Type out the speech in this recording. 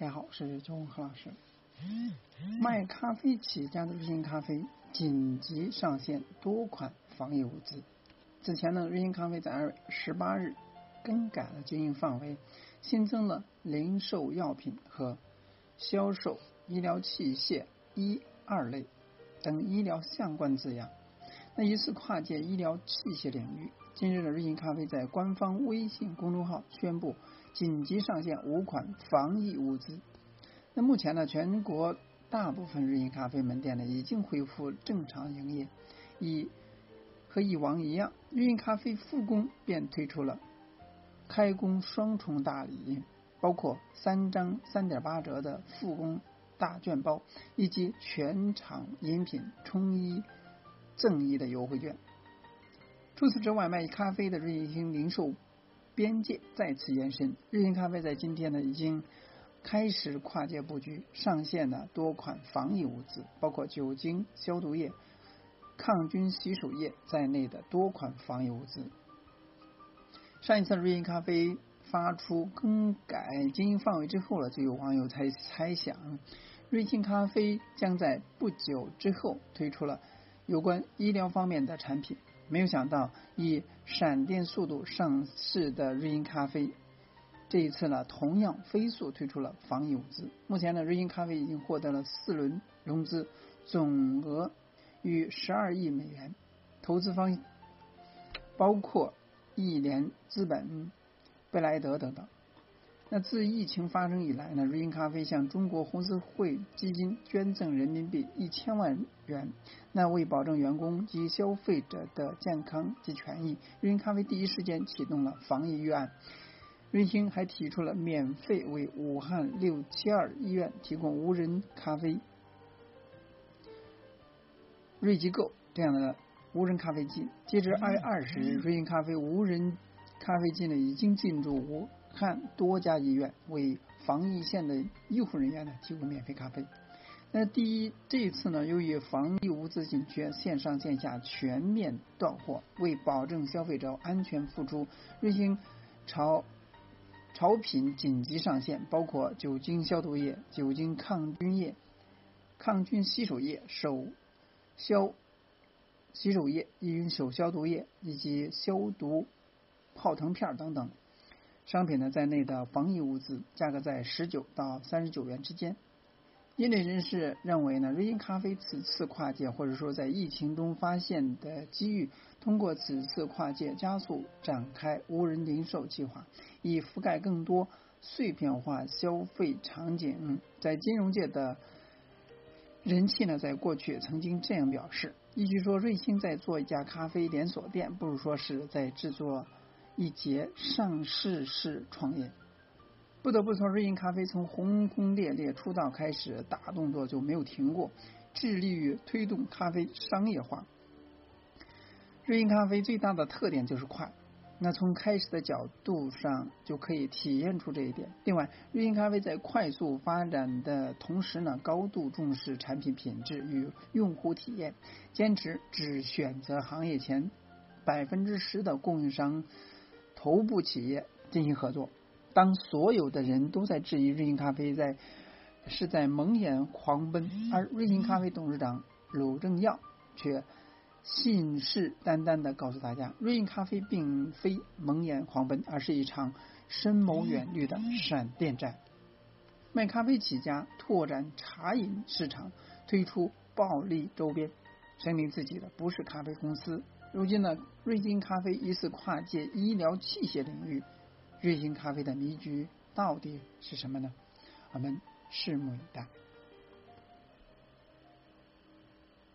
大家好，我是周文和老师。卖咖啡起家的瑞幸咖啡紧急上线多款防疫物资。之前呢，瑞幸咖啡在2月18日更改了经营范围，新增了零售药品和销售医疗器械1、2类等医疗相关字样。那疑似跨界医疗器械领域，近日的瑞幸咖啡在官方微信公众号宣布紧急上线5款防疫物资。那目前呢，全国大部分瑞幸咖啡门店呢已经恢复正常营业。和以往一样，瑞幸咖啡复工便推出了开工双重大礼，包括3张3.8折的复工大券包，以及全场饮品充1赠1的优惠券。除此之外，卖咖啡的瑞幸零售边界再次延伸。瑞幸咖啡在今天呢已经开始跨界布局，上线了多款防疫物资，包括酒精消毒液、抗菌洗手液在内的多款防疫物资。上一次瑞幸咖啡发出更改经营范围之后呢，就有网友猜想，瑞幸咖啡将在不久之后推出了有关医疗方面的产品。没有想到，以闪电速度上市的瑞幸咖啡这一次呢，同样飞速推出了防疫物资。目前呢，瑞幸咖啡已经获得了4轮融资，总额逾12亿美元，投资方包括亿联资本、贝莱德等等。那自疫情发生以来呢，瑞幸咖啡向中国红十字会基金捐赠人民币1000万元。那为保证员工及消费者的健康及权益，瑞幸咖啡第一时间启动了防疫预案。瑞幸还提出了免费为武汉672医院提供无人咖啡瑞机构这样的无人咖啡机。截至2月20日，瑞幸咖啡无人咖啡机呢已经进驻武汉多家医院，为防疫线的医护人员呢提供免费咖啡。那这一次呢，由于防疫物资紧缺，线上线下全面断货，为保证消费者安全付出，瑞幸潮品紧急上线，包括酒精消毒液、酒精抗菌液、抗菌洗手液、手消洗手液、手消毒液以及消毒泡腾片等等商品呢在内的防疫物资，价格在19到39元之间。业内人士认为呢，瑞幸咖啡此次跨界，或者说在疫情中发现的机遇，通过此次跨界加速展开无人零售计划，以覆盖更多碎片化消费场景。在金融界的人气呢，在过去曾经这样表示，与其说瑞幸在做一家咖啡连锁店，不如说是在制作一节上市式创业。不得不说，瑞幸咖啡从轰轰烈烈出道开始，大动作就没有停过，致力于推动咖啡商业化。瑞幸咖啡最大的特点就是快，那从开始的角度上就可以体现出这一点。另外，瑞幸咖啡在快速发展的同时呢，高度重视产品品质与用户体验，坚持只选择行业前10%的供应商头部企业进行合作。当所有的人都在质疑瑞幸咖啡是在蒙眼狂奔，而瑞幸咖啡董事长鲁正耀却信誓旦旦地告诉大家，瑞幸咖啡并非蒙眼狂奔，而是一场深谋远虑的闪电战。卖咖啡起家，拓展茶饮市场，推出暴利周边，声明自己的不是咖啡公司。如今呢，瑞幸咖啡疑似跨界医疗器械领域，瑞幸咖啡的迷局到底是什么呢？我们拭目以待。